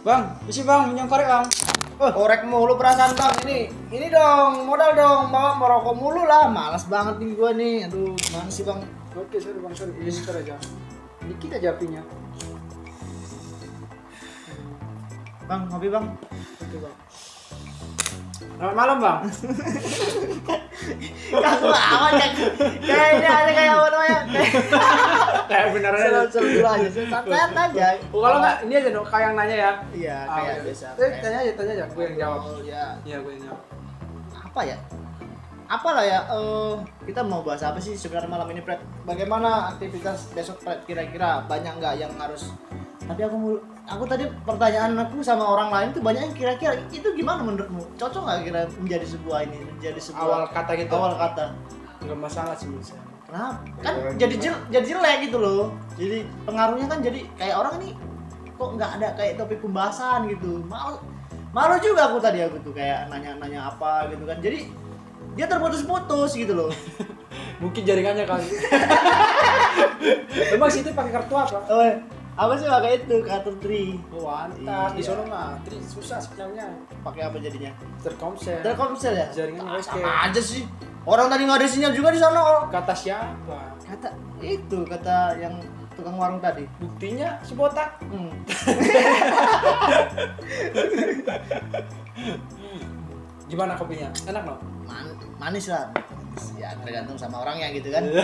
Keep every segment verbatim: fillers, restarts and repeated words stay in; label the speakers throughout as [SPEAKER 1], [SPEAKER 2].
[SPEAKER 1] Bang, isi bang, minyak korek bang.
[SPEAKER 2] Oh, korek mulu perasaan bang ini. Ini dong, modal dong, bawa merokok mulu lah. Malas banget nih gua nih. Aduh, gimana sih bang?
[SPEAKER 1] Oke, sorry bang, sorry. Ini sebentar aja. Dikit aja apinya.
[SPEAKER 2] Bang, ngopi bang.
[SPEAKER 1] Oke bang. Selamat malam bang.
[SPEAKER 2] Kaku amat ya. Kayak ini aja kayak apa namanya?
[SPEAKER 1] Kayak beneran aja.
[SPEAKER 2] Selalu dulu aja, santai aja.
[SPEAKER 1] Oh, kalau nggak, ini aja dong, kayak yang nanya ya.
[SPEAKER 2] Iya,
[SPEAKER 1] Ah,
[SPEAKER 2] kayak
[SPEAKER 1] oke.
[SPEAKER 2] biasa.
[SPEAKER 1] Eh, tanya aja, tanya aja. Gue yang jawab.
[SPEAKER 2] Oh, ya.
[SPEAKER 1] Iya, gue yang jawab.
[SPEAKER 2] Apa ya? Apalah ya, eh kita mau bahas apa sih sebenarnya malam ini, Pret? Bagaimana aktivitas besok, Pret? Kira-kira banyak nggak yang harus? Tapi aku mul- aku tadi pertanyaan aku sama orang lain tuh banyak yang kira-kira itu gimana menurutmu? Cocok nggak kira menjadi sebuah ini, menjadi sebuah
[SPEAKER 1] Awal kata gitu.
[SPEAKER 2] awal kata?
[SPEAKER 1] Nggak masalah sih menurut saya.
[SPEAKER 2] Kenapa? Kan jadi jel, jadi jelek gitu loh. Jadi pengaruhnya kan jadi kayak orang ini kok nggak ada kayak topik pembahasan gitu. Malu malu juga aku tadi aku tuh kayak nanya-nanya apa gitu kan. Jadi dia terputus-putus gitu loh.
[SPEAKER 1] Mungkin jaringannya kali. Emang situ pakai kartu apa?
[SPEAKER 2] Oh, apa sih pakai itu kartu tri?
[SPEAKER 1] Oh, mantap. Di
[SPEAKER 2] Iya.
[SPEAKER 1] sono mah, tri susah sebenarnya.
[SPEAKER 2] Pakai apa jadinya?
[SPEAKER 1] Telkomsel.
[SPEAKER 2] Telkomsel ya?
[SPEAKER 1] Jaringannya oke.
[SPEAKER 2] Sama aja sih. Orang tadi nggak ada sinyal juga di sana.
[SPEAKER 1] Kata siapa?
[SPEAKER 2] Kata itu kata yang tukang warung tadi.
[SPEAKER 1] Buktinya sebotak.
[SPEAKER 2] Hmm.
[SPEAKER 1] Gimana kopinya? Enak no?
[SPEAKER 2] Man- manis lah. Manis. Ya tergantung sama orangnya gitu kan.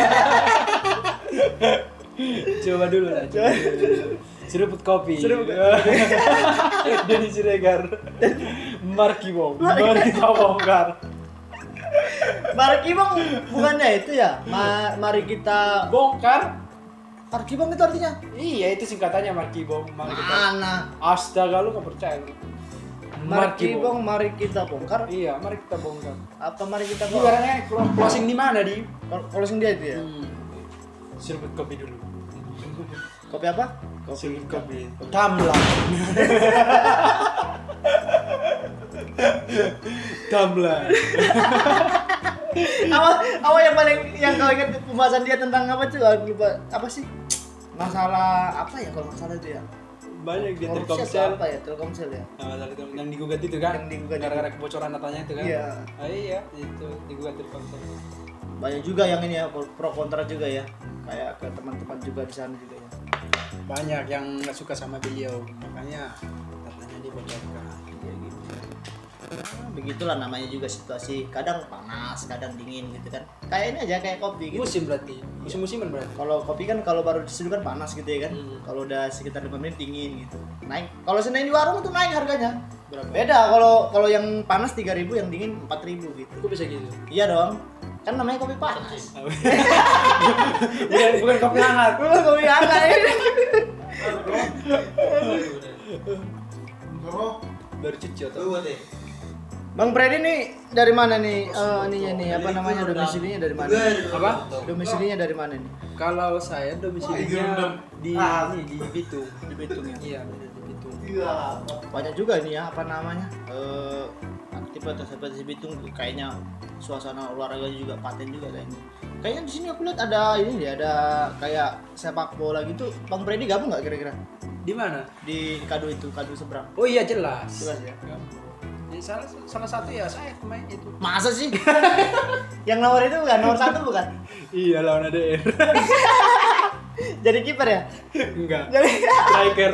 [SPEAKER 1] Coba dulu lah. Coba dulu. Seruput kopi.
[SPEAKER 2] Seruput
[SPEAKER 1] Denny Siregar. Marky Wong. Marky Wongkar.
[SPEAKER 2] Mari Bang bukannya itu ya? Ma- mari kita
[SPEAKER 1] Bongkar.
[SPEAKER 2] Mari Bang itu artinya?
[SPEAKER 1] Iya, itu singkatannya Marky Wong. Mari kita.
[SPEAKER 2] Mana?
[SPEAKER 1] Astaga, lu nggak percaya lu.
[SPEAKER 2] Mari Bang, mari kita bongkar.
[SPEAKER 1] Iya, mari kita bongkar.
[SPEAKER 2] Apa mari kita
[SPEAKER 1] Ini
[SPEAKER 2] bongkar?
[SPEAKER 1] barangnya closing di mana, Di?
[SPEAKER 2] Closing dia itu ya?
[SPEAKER 1] Hmm. Seruput kopi dulu.
[SPEAKER 2] Kopi apa?
[SPEAKER 1] Seruput kopi. Tamlah. Tamlah.
[SPEAKER 2] apa apa yang paling yang kau ingat pembahasan dia tentang apa tuh? Aku lupa. Apa sih? Masalah apa ya kalau masalah itu ya?
[SPEAKER 1] Banyak di
[SPEAKER 2] Korupsi
[SPEAKER 1] Telkomsel.
[SPEAKER 2] atau apa ya? Telkomsel ya?
[SPEAKER 1] Nah, masalah itu yang digugat itu kan?
[SPEAKER 2] Yang digugat itu.
[SPEAKER 1] Gara-gara kebocoran datanya itu kan?
[SPEAKER 2] Iya.
[SPEAKER 1] Ah, iya, itu digugat Telkomsel.
[SPEAKER 2] Banyak juga yang ini ya pro kontra juga ya. Kayak ke teman-teman juga di sana juga ya.
[SPEAKER 1] Banyak yang nggak suka sama beliau, makanya datanya dibocorkan.
[SPEAKER 2] Ya gitu. Nah, begitulah namanya juga situasi. Kadang panas, kadang dingin gitu kan. Kayak ini aja kayak kopi gitu.
[SPEAKER 1] Musim berarti, musim-musiman berarti.
[SPEAKER 2] Kalau kopi kan kalau baru diseduh kan panas gitu ya kan.
[SPEAKER 1] Hmm.
[SPEAKER 2] Kalau udah sekitar lima menit dingin gitu. Naik. Kalau senin di warung itu naik harganya.
[SPEAKER 1] Berapa?
[SPEAKER 2] Beda kalau kalau yang panas tiga ribu, yang dingin empat ribu gitu.
[SPEAKER 1] Kok bisa gitu?
[SPEAKER 2] Iya dong. Kan namanya kopi panas.
[SPEAKER 1] bukan, bukan kopi hangat.
[SPEAKER 2] Lu kopi hangat ini.
[SPEAKER 1] Baru cuci atau?
[SPEAKER 2] Bang Freddy nih dari mana nih? Eh ininya nih apa namanya domisilinya dari mana?
[SPEAKER 1] Apa?
[SPEAKER 2] Domisilinya dari mana nih?
[SPEAKER 1] Kalau saya domisilinya di ini di Bitung.
[SPEAKER 2] Di Bitung ya.
[SPEAKER 1] Iya, benar di Bitung.
[SPEAKER 2] Banyak juga ini ya apa namanya? Eh aktivitas aktivitas di Bitung kayaknya suasana olahraganya juga paten juga kayaknya. Kayaknya di sini aku lihat ada ini ya, ada kayak sepak bola gitu. Bang Freddy gabung nggak kira-kira?
[SPEAKER 1] Di mana?
[SPEAKER 2] Di Kado itu, Kado seberang.
[SPEAKER 1] Oh iya jelas.
[SPEAKER 2] Jelas ya?
[SPEAKER 1] Ya, salah, salah satu ya saya pemain itu.
[SPEAKER 2] Masa sih? Yang nomor itu bukan nomor satu bukan?
[SPEAKER 1] Iya lawan A D R.
[SPEAKER 2] Jadi kiper ya?
[SPEAKER 1] Enggak.
[SPEAKER 2] Jadi
[SPEAKER 1] Striker.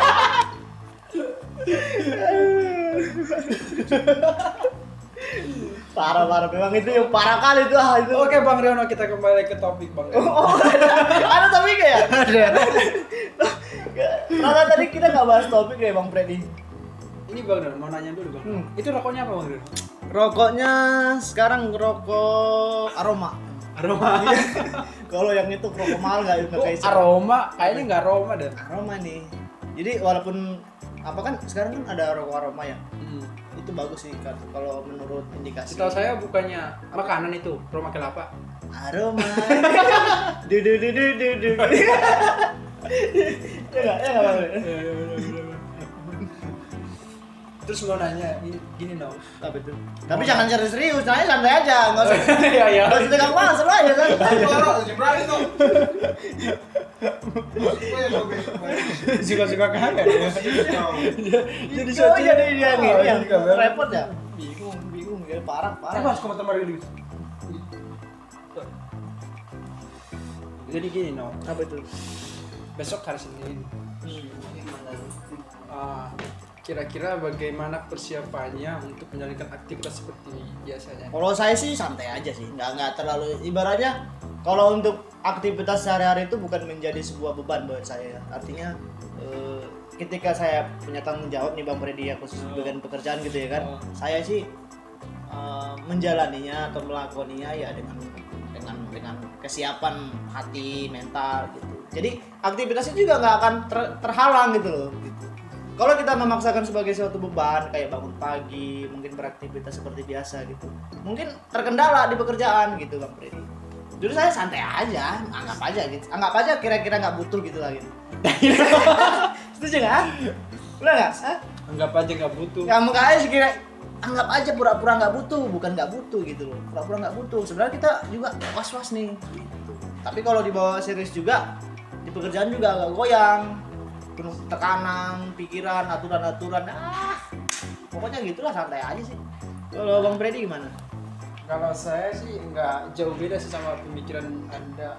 [SPEAKER 2] parah parah memang itu yang parah kali itu ah itu.
[SPEAKER 1] Oke Bang Riono, kita kembali ke topik Bang Riono.
[SPEAKER 2] Oh, ada, ada topik ya?
[SPEAKER 1] Ada.
[SPEAKER 2] Karena tadi kita nggak bahas topik ya Bang Freddy.
[SPEAKER 1] Ini Bang Riono mau nanya dulu Bang.
[SPEAKER 2] Hmm.
[SPEAKER 1] Itu rokoknya apa Bang Riono?
[SPEAKER 2] Rokoknya sekarang rokok aroma.
[SPEAKER 1] Aroma.
[SPEAKER 2] Kalau yang itu rokok mahal nggak nggak
[SPEAKER 1] Oh,
[SPEAKER 2] kayak
[SPEAKER 1] aroma, kayaknya nggak aroma dah.
[SPEAKER 2] aroma nih. Jadi walaupun apa kan sekarang kan ada rokok aroma ya.
[SPEAKER 1] Hmm.
[SPEAKER 2] Itu bagus sih kan kalau menurut indikasi.
[SPEAKER 1] Setahu saya bukannya makanan itu, aroma kelapa.
[SPEAKER 2] Aroma. Du du du du du du. Ya enggak, ya enggak apa-apa.
[SPEAKER 1] Terus mau nanya, gini, gini dong.
[SPEAKER 2] Apa itu? Tapi jangan serius-serius, nanya santai aja, enggak usah.
[SPEAKER 1] Iya iya.
[SPEAKER 2] Enggak usah tegang banget, seru aja kan.
[SPEAKER 1] Suka-suka kangen ya.
[SPEAKER 2] Jadi
[SPEAKER 1] so
[SPEAKER 2] jadi dia
[SPEAKER 1] Oh,
[SPEAKER 2] gini yang
[SPEAKER 1] jadi kabar.
[SPEAKER 2] repot ya. Bingung, bingung, ya, parah, parah.
[SPEAKER 1] Mas komentar mari dulu. Jadi gini no,
[SPEAKER 2] Apa itu?
[SPEAKER 1] besok hari Senin. Ah, kira-kira bagaimana persiapannya untuk menjalankan aktivitas seperti biasanya?
[SPEAKER 2] Kalau saya sih santai aja sih, nggak nggak terlalu ibaratnya kalau untuk aktivitas sehari-hari itu bukan menjadi sebuah beban buat saya. Artinya eh, ketika saya punya tanggung jawab nih Bang Freddy ya khusus
[SPEAKER 1] Oh.
[SPEAKER 2] dengan pekerjaan gitu ya kan,
[SPEAKER 1] Oh.
[SPEAKER 2] saya sih eh, menjalaninya atau melakoninya ya dengan dengan dengan kesiapan hati mental gitu. Jadi aktivitasnya juga nggak akan ter- terhalang gitu loh. Gitu. Kalau kita memaksakan sebagai suatu beban kayak bangun pagi, mungkin beraktivitas seperti biasa gitu, mungkin terkendala di pekerjaan gitu Bang Freddy. Dulu saya santai aja, anggap aja gitu, anggap aja kira-kira nggak butuh gitu lah gitu. Setuju nggak? Udah nggak? Hah?
[SPEAKER 1] Anggap aja nggak butuh.
[SPEAKER 2] Ya makanya sih kira anggap aja pura-pura nggak butuh, bukan nggak butuh gitu loh. Pura-pura nggak butuh. Sebenarnya kita juga was-was nih. Gitu. Tapi kalau dibawa serius juga, di pekerjaan juga agak goyang, penuh tekanan, pikiran, aturan-aturan. Ah, pokoknya gitulah santai aja sih. Kalau Bang Freddy gimana?
[SPEAKER 1] Kalau saya sih nggak jauh beda sih sama pemikiran Anda.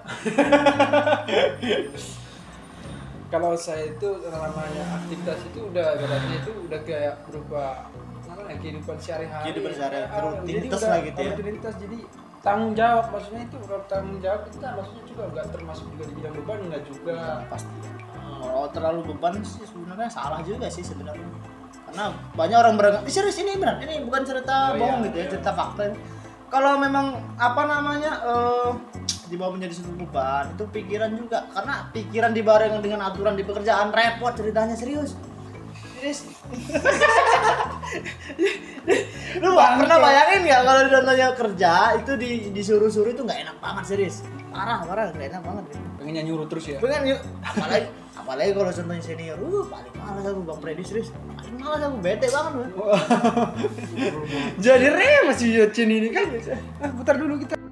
[SPEAKER 1] Kalau saya itu namanya aktivitas itu udah ibaratnya itu udah kayak berupa namanya kehidupan sehari-hari.
[SPEAKER 2] Kehidupan sehari-hari,
[SPEAKER 1] Ah,
[SPEAKER 2] rutinitas
[SPEAKER 1] jadi
[SPEAKER 2] lah
[SPEAKER 1] udah
[SPEAKER 2] gitu ya.
[SPEAKER 1] Rutinitas jadi tanggung jawab maksudnya itu kalau tanggung jawab kita maksudnya juga nggak termasuk juga dibilang beban nggak juga.
[SPEAKER 2] Ya, pasti. Kalau terlalu beban sih sebenarnya salah juga sih sebenarnya. Karena banyak orang beranggapan, serius ini benar, ini bukan cerita
[SPEAKER 1] Oh,
[SPEAKER 2] bohong
[SPEAKER 1] iya,
[SPEAKER 2] gitu ya,
[SPEAKER 1] iya.
[SPEAKER 2] cerita fakta. Kalau memang apa namanya eh dibawa menjadi sebuah beban, itu pikiran juga. Karena pikiran dibareng dengan aturan di pekerjaan repot ceritanya serius. Serius. Lu nggak pernah bayangin nggak kalau contohnya kerja itu di disuruh-suruh itu nggak enak banget serius. Parah, parah nggak enak banget gitu.
[SPEAKER 1] Pengennya nyuruh terus ya.
[SPEAKER 2] Pengen yuk, apalagi apalagi kalau contohnya senior, uh paling malas aku Bang Freddy serius, paling malas aku bete banget loh.
[SPEAKER 1] Jadi re masih Yocin ini kan. Ah, putar dulu kita.